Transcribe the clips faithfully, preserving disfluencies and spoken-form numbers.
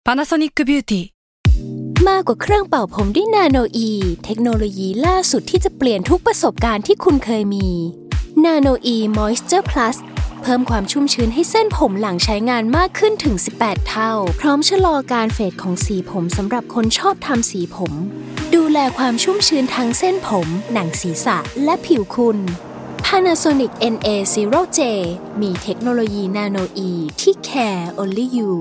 Panasonic Beauty มากกว่าเครื่องเป่าผมด้วยนาโนอีเทคโนโลยีล่าสุดที่จะเปลี่ยนทุกประสบการณ์ที่คุณเคยมีนาโนอีมอยส์เจอร์พลัสเพิ่มความชุ่มชื้นให้เส้นผมหลังใช้งานมากขึ้นถึงสิบแปดเท่าพร้อมชะลอการเฟดของสีผมสำหรับคนชอบทำสีผมดูแลความชุ่มชื้นทั้งเส้นผมหนังศีรษะและผิวคุณ Panasonic เอ็น เอ ศูนย์ เจ มีเทคโนโลยีนาโนอีที่ care only you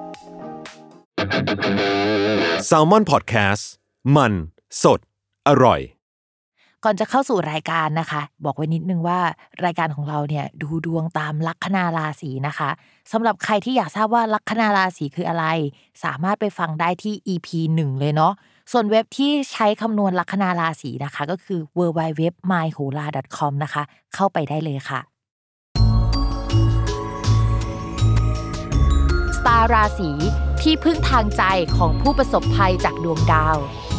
Salmon Podcast มันสดอร่อยก่อนจะเข้าสู่รายการนะคะบอกไว้นิดนึงว่ารายการของเราเนี่ยดูดวงตามลัคนาราศีนะคะสำหรับใครที่อยากทราบว่าลัคนาราศีคืออะไรสามารถไปฟังได้ที่ อี พี หนึ่งเลยเนาะส่วนเว็บที่ใช้คำนวณลัคนาราศีนะคะก็คือ ดับเบิลยู ดับเบิลยู ดับเบิลยู ดอท มายโหรา ดอท คอม นะคะเข้าไปได้เลยค่ะสตาร์ราศีที่พึ่งทางใจของผู้ประสบภัยจากดวงดาว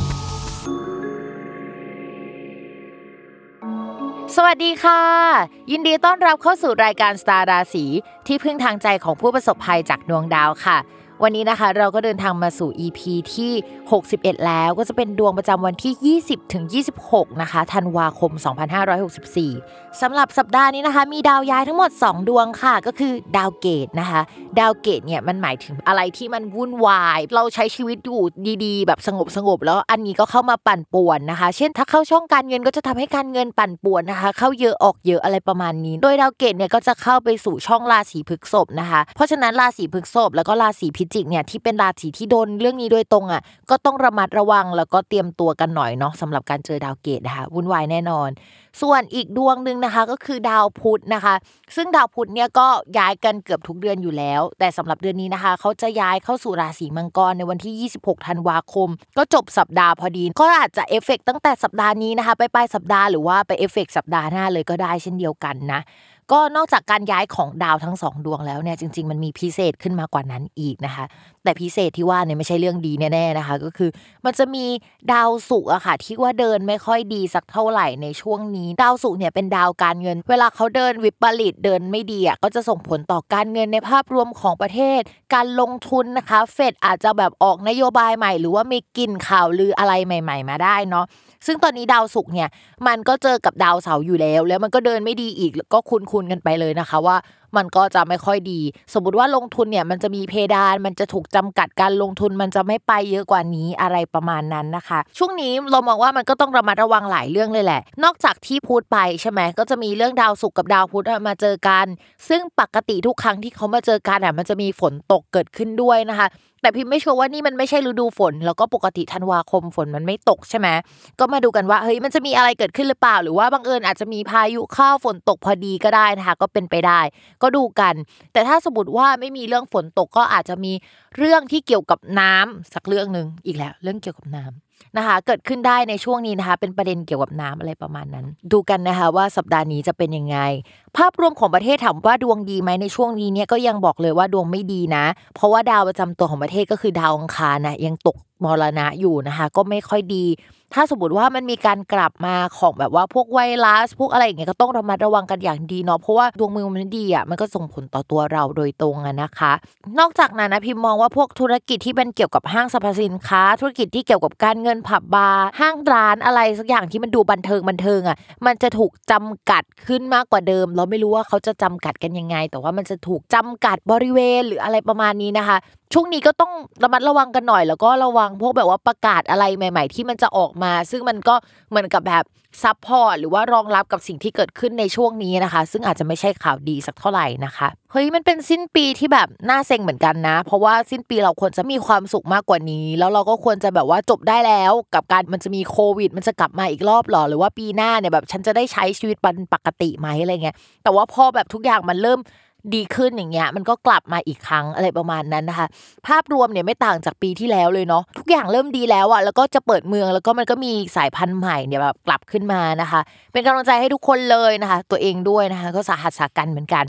สวัสดีค่ะยินดีต้อนรับเข้าสู่รายการสตาร์ราศีที่พึ่งทางใจของผู้ประสบภัยจากดวงดาวค่ะวันนี้นะคะเราก็เดินทางมาสู่ อี พี ที่หกสิบเอ็ดแล้วก็จะเป็นดวงประจำวันที่ยี่สิบถึงยี่สิบหกนะคะธันวาคมสองพันห้าร้อยหกสิบสี่สำหรับสัปดาห์นี้นะคะมีดาวย้ายทั้งหมดสองดวงค่ะก็คือดาวเกตนะคะดาวเกตเนี่ยมันหมายถึงอะไรที่มันวุ่นวายเราใช้ชีวิตอยู่ดีๆแบบสงบๆแล้วอันนี้ก็เข้ามาปั่นป่วนนะคะเช่นถ้าเข้าช่องการเงินก็จะทำให้การเงินปั่นป่วนนะคะเข้าเยอะออกเยอะอะไรประมาณนี้โดยดาวเกตเนี่ยก็จะเข้าไปสู่ช่องราศีพฤษภนะคะเพราะฉะนั้นราศีพฤษภแล้วก็ราศีพิจิกเนี่ยที่เป็นราศีที่โดนเรื่องนี้โดยตรงอ่ะก็ต้องระมัดระวังแล้วก็เตรียมตัวกันหน่อยเนาะสำหรับการเจอดาวเกตนะคะวุ่นวายแน่นอนส่วนอีกดวงนึงนะคะก็คือดาวพุธนะคะซึ่งดาวพุธเนี่ยก็ย้ายกันเกือบทุกเดือนอยู่แล้วแต่สำหรับเดือนนี้นะคะเขาจะย้ายเข้าสู่ราศีมังกรในวันที่ยี่สิบหกธันวาคมก็จบสัปดาห์พอดีก็อาจจะเอฟเฟคตั้งแต่สัปดาห์นี้นะคะไปปลายสัปดาห์หรือว่าไปเอฟเฟคสัปดาห์หน้าเลยก็ได้เช่นเดียวกันนะก็นอกจากการย้ายของดาวทั้งสองดวงแล้วเนี่ยจริงๆมันมีพิเศษขึ้นมากว่านั้นอีกนะคะแต่พิเศษที่ว่าเนี่ยไม่ใช่เรื่องดีแน่ๆนะคะก็คือมันจะมีดาวศุกร์อะค่ะที่ว่าเดินไม่ค่อยดีสักเท่าไหร่ในช่วงนี้ดาวศุกร์เนี่ยเป็นดาวการเงินเวลาเขาเดินวิปริตเดินไม่ดีอะก็จะส่งผลต่อการเงินในภาพรวมของประเทศการลงทุนนะคะเฟดอาจจะแบบออกนโยบายใหม่หรือว่ามีกลิ่นข่าวลืออะไรใหม่ๆมาได้เนาะซึ่งตอนนี้ดาวศุกร์เนี่ยมันก็เจอกับดาวเสาร์อยู่แล้วแล้วมันก็เดินไม่ดีอีกก็คุ้นๆกันไปเลยนะคะว่ามันก็จะไม่ค่อยดีสมมุติว่าลงทุนเนี่ยมันจะมีเพดานมันจะถูกจำกัดการลงทุนมันจะไม่ไปเยอะกว่านี้อะไรประมาณนั้นนะคะช่วงนี้เรามองว่ามันก็ต้องระมัดระวังหลายเรื่องเลยแหละนอกจากที่พูดไปใช่ไหมก็จะมีเรื่องดาวศุกร์กับดาวพุธมาเจอกันซึ่งปกติทุกครั้งที่เขามาเจอกันอ่ะมันจะมีฝนตกเกิดขึ้นด้วยนะคะแต่พิมไม่ชัวร์ว่านี่มันไม่ใช่ฤดูฝนแล้วก็ปกติธันวาคมฝนมันไม่ตกใช่ไหมก็มาดูกันว่าเฮ้ยมันจะมีอะไรเกิดขึ้นหรือเปล่าหรือว่าบังเอิญอาจจะมีพายุเข้าฝนตกพอดีก็ได้นะคะก็เป็นไปได้ก็ดูกันแต่ถ้าสมมติว่าไม่มีเรื่องฝนตกก็อาจจะมีเรื่องที่เกี่ยวกับน้ำสักเรื่องนึงอีกแล้วเรื่องเกี่ยวกับน้ำนะคะเกิดขึ้นได้ในช่วงนี้นะคะเป็นประเด็นเกี่ยวกับน้ำอะไรประมาณนั้นดูกันนะคะว่าสัปดาห์นี้จะเป็นยังไงภาพรวมของประเทศถามว่าดวงดีไหมในช่วงนี้เนี่ยก็ยังบอกเลยว่าดวงไม่ดีนะเพราะว่าดาวประจำตัวของประเทศก็คือดาวอังคารนะยังตกมรณะอยู่นะคะก็ไม่ค่อยดีถ้าสมมติว่ามันมีการกลับมาของแบบว่าพวกไวรัสพวกอะไรอย่างเงี้ยก็ต้องระมัดระวังกันอย่างดีเนาะเพราะว่าดวงเมืองมันดีอ่ะมันก็ส่งผลต่อตัวเราโดยตรงอะนะคะนอกจากนั้นนะพิมมองว่าพวกธุรกิจที่เป็นเกี่ยวกับห้างสรรพสินค้าธุรกิจที่เกี่ยวกับการเงินผับบาร์ห้างร้านอะไรสักอย่างที่มันดูบันเทิงบันเทิงอ่ะมันจะถูกจำกัดขึ้นมากกว่าเดิมเราไม่รู้ว่าเขาจะจำกัดกันยังไงแต่ว่ามันจะถูกจำกัดบริเวณหรืออะไรประมาณนี้นะคะช่วงนี้ก็ต้องระมัดระวังกันหน่อยแล้วก็ระวังพวกแบบว่าประกาศอะไรใหม่ๆที่มันจะออกมาซึ่งมันก็เหมือนกับแบบซัพพอร์ตหรือว่ารองรับกับสิ่งที่เกิดขึ้นในช่วงนี้นะคะซึ่งอาจจะไม่ใช่ข่าวดีสักเท่าไหร่นะคะเฮ้ยมันเป็นสิ้นปีที่แบบน่าเซ็งเหมือนกันนะเพราะว่าสิ้นปีเราควรจะมีความสุขมากกว่านี้แล้วเราก็ควรจะแบบว่าจบได้แล้วกับการมันจะมีโควิดมันจะกลับมาอีกรอบหรอหรือว่าปีหน้าเนี่ยแบบฉันจะได้ใช้ชีวิตเป็นปกติไหมอะไรเงี้ยแต่ว่าพอแบบทุกอย่างมันเริ่มดีขึ้นอย่างเงี้ยมันก็กลับมาอีกครั้งอะไรประมาณนั้นนะคะภาพรวมเนี่ยไม่ต่างจากปีที่แล้วเลยเนาะทุกอย่างเริ่มดีแล้วอ่ะแล้วก็จะเปิดเมืองแล้วก็มันก็มีสายพันธุ์ใหม่เนี่ยแบบกลับขึ้นมานะคะเป็นกำลังใจให้ทุกคนเลยนะคะตัวเองด้วยนะคะก็สาหัสสากันเหมือนกัน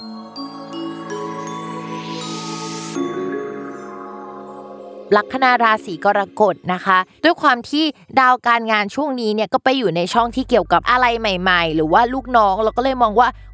ลัคนาราศีกรกฎนะคะด้วยความที่ดาวการงานช่วงนี้เนี่ยก็ไปอยู่ในช่องที่เกี่ยวกับอะไรใหม่ๆหรือว่าลูกน้องเราก็เลยมองว่า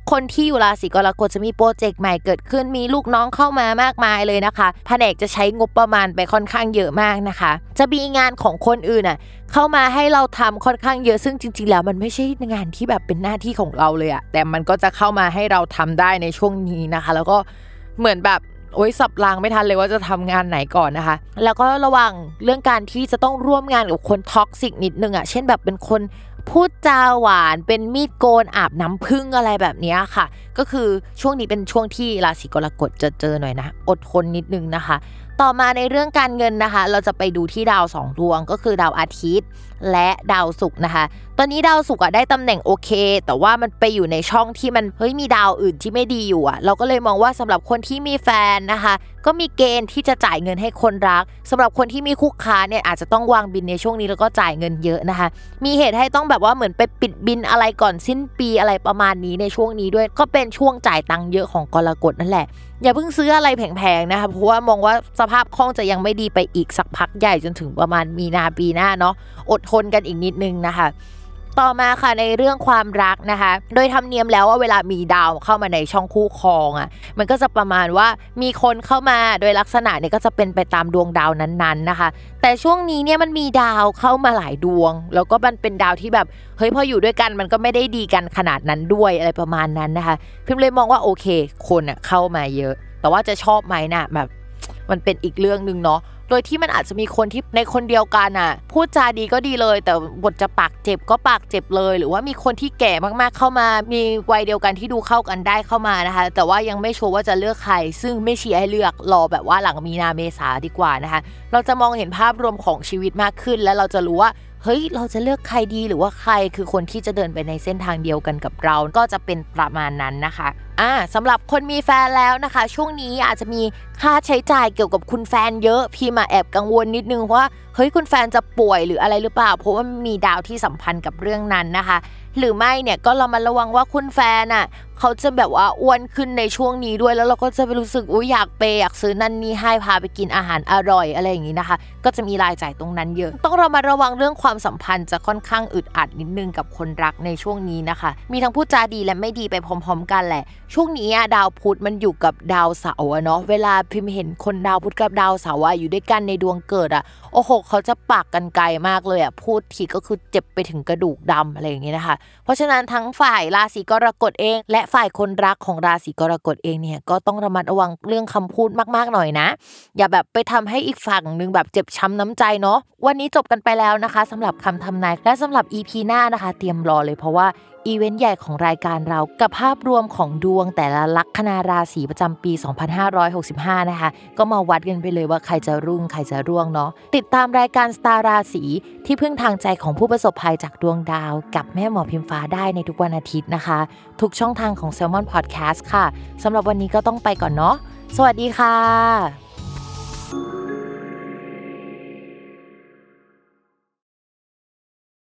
คนที่อยู่ราศีกรกฎจะมีโปรเจกต์ใหม่เกิดขึ้นมีลูกน้องเข้ามามากมายเลยนะคะแผนกจะใช้งบประมาณไปค่อนข้างเยอะมากนะคะจะมีงานของคนอื่นน่ะเข้ามาให้เราทำค่อนข้างเยอะซึ่งจริงๆแล้วมันไม่ใช่งานที่แบบเป็นหน้าที่ของเราเลยอะแต่มันก็จะเข้ามาให้เราทำได้ในช่วงนี้นะคะแล้วก็เหมือนแบบโอ๊ยสับรางไม่ทันเลยว่าจะทำงานไหนก่อนนะคะแล้วก็ระวังเรื่องการที่จะต้องร่วมงานกับคนท็อกซิกนิดนึงอ่ะเช่นแบบเป็นคนพูดจาหวานเป็นมีดโกนอาบน้ำผึ้งอะไรแบบนี้ค่ะก็คือช่วงนี้เป็นช่วงที่ราศีกรกฎจะเจอหน่อยนะอดทนนิดนึงนะคะต่อมาในเรื่องการเงินนะคะเราจะไปดูที่ดาวสองดวงก็คือดาวอาทิตย์และดาวศุกร์นะคะตอนนี้ดาวศุกร์อ่ะได้ตำแหน่งโอเคแต่ว่ามันไปอยู่ในช่องที่มันเฮ้ยมีดาวอื่นที่ไม่ดีอยู่อ่ะเราก็เลยมองว่าสำหรับคนที่มีแฟนนะคะก็มีเกณฑ์ที่จะจ่ายเงินให้คนรักสำหรับคนที่มีคู่ค้าเนี่ยอาจจะต้องวางบินในช่วงนี้แล้วก็จ่ายเงินเยอะนะคะมีเหตุให้ต้องแบบว่าเหมือนไปปิดบินอะไรก่อนสิ้นปีอะไรประมาณนี้ในช่วงนี้ด้วยก็เป็นช่วงจ่ายตังค์เยอะของกรกฎนั่นแหละอย่าเพิ่งซื้ออะไรแพงๆนะคะเพราะว่ามองว่าสภาพคล่องจะยังไม่ดีไปอีกสักพักใหญ่จนถึงประมาณมีนาปีหน้าเนาะอดทนกันอีกนิดนึงนะคะต่อมาค่ะในเรื่องความรักนะคะโดยธรรมเนียมแล้วว่าเวลามีดาวเข้ามาในช่องคู่ครองอ่ะมันก็จะประมาณว่ามีคนเข้ามาโดยลักษณะเนี่ยก็จะเป็นไปตามดวงดาวนั้นๆนะคะแต่ช่วงนี้เนี่ยมันมีดาวเข้ามาหลายดวงแล้วก็มันเป็นดาวที่แบบเฮ้ยพออยู่ด้วยกันมันก็ไม่ได้ดีกันขนาดนั้นด้วยอะไรประมาณนั้นนะคะพิมเลยมองว่าโอเคคนอ่ะเข้ามาเยอะแต่ว่าจะชอบไหมน่ะแบบมันเป็นอีกเรื่องนึงเนาะโดยที่มันอาจจะมีคนที่ในคนเดียวกันอ่ะพูดจาดีก็ดีเลยแต่บทจะปากเจ็บก็ปากเจ็บเลยหรือว่ามีคนที่แก่มากๆเข้ามามีวัยเดียวกันที่ดูเข้ากันได้เข้ามานะคะแต่ว่ายังไม่ชัวร์ว่าจะเลือกใครซึ่งไม่เชียร์ให้เลือกรอแบบว่าหลังมีนาเมษาดีกว่านะคะเราจะมองเห็นภาพรวมของชีวิตมากขึ้นและเราจะรู้ว่าเฮ้ยเราจะเลือกใครดีหรือว่าใครคือคนที่จะเดินไปในเส้นทางเดียวกันกับเราก็จะเป็นประมาณนั้นนะคะอ่าสำหรับคนมีแฟนแล้วนะคะช่วงนี้อาจจะมีค่าใช้จ่ายเกี่ยวกับคุณแฟนเยอะพี่มาแอบกังวลนิดนึงว่าเฮ้ยคุณแฟนจะป่วยหรืออะไรหรือเปล่าเพราะว่ามีดาวที่สัมพันธ์กับเรื่องนั้นนะคะหรือไม่เนี่ยก็เรามาระวังว่าคุณแฟนอ่ะเขาจะแบบว่าอ้วนขึ้นในช่วงนี้ด้วยแล้วเราก็จะไปรู้สึกอุ๊ยอยากเปย์อยากซื้อนั่นนี่ให้พาไปกินอาหารอร่อยอะไรอย่างนี้นะคะก็จะมีรายจ่ายตรงนั้นเยอะต้องเรามาระวังเรื่องความสัมพันธ์จะค่อนข้างอึดอัดนิดนึงกับคนรักในช่วงนี้นะคะมีทั้งพูดจาดีและไม่ดีไปพร้อมๆกันแหละช่วงนี้ดาวพุธมันอยู่กับดาวเสาร์เนาะเวลาพิมเห็นคนดาวพุธกับดาวเสาร์อยู่ด้วยกันในดวงเกิดอ่ะโอ้โหเขาจะปากกันไกลมากเลยอ่ะพูดทีก็คือเจ็บไปถึงกระดูกดำอะไรอย่างเงี้ยนะคะเพราะฉะนั้นทั้งฝ่ายราศีกรกฎเองและฝ่ายคนรักของราศีกรกฎเองเนี่ยก็ต้องระมัดระวังเรื่องคำพูดมากๆหน่อยนะอย่าแบบไปทำให้อีกฝั่งนึงแบบเจ็บช้ำน้ำใจเนาะวันนี้จบกันไปแล้วนะคะสำหรับคำทำนายและสำหรับ อี พี หน้านะคะเตรียมรอเลยเพราะว่าอีเวนต์ใหญ่ของรายการเรากับภาพรวมของดวงแต่ละลัคนาราศีประจำปี สองพันห้าร้อยหกสิบห้า นะคะก็มาวัดกันไปเลยว่าใครจะรุ่งใครจะร่วงเนาะติดตามรายการสตาร์ราศีที่พึ่งทางใจของผู้ประสบภัยจากดวงดาวกับแม่หมอพิมฟ้าได้ในทุกวันอาทิตย์นะคะทุกช่องทางของ Salmon Podcast ค่ะสำหรับวันนี้ก็ต้องไปก่อนเนาะสวัสดีค่ะ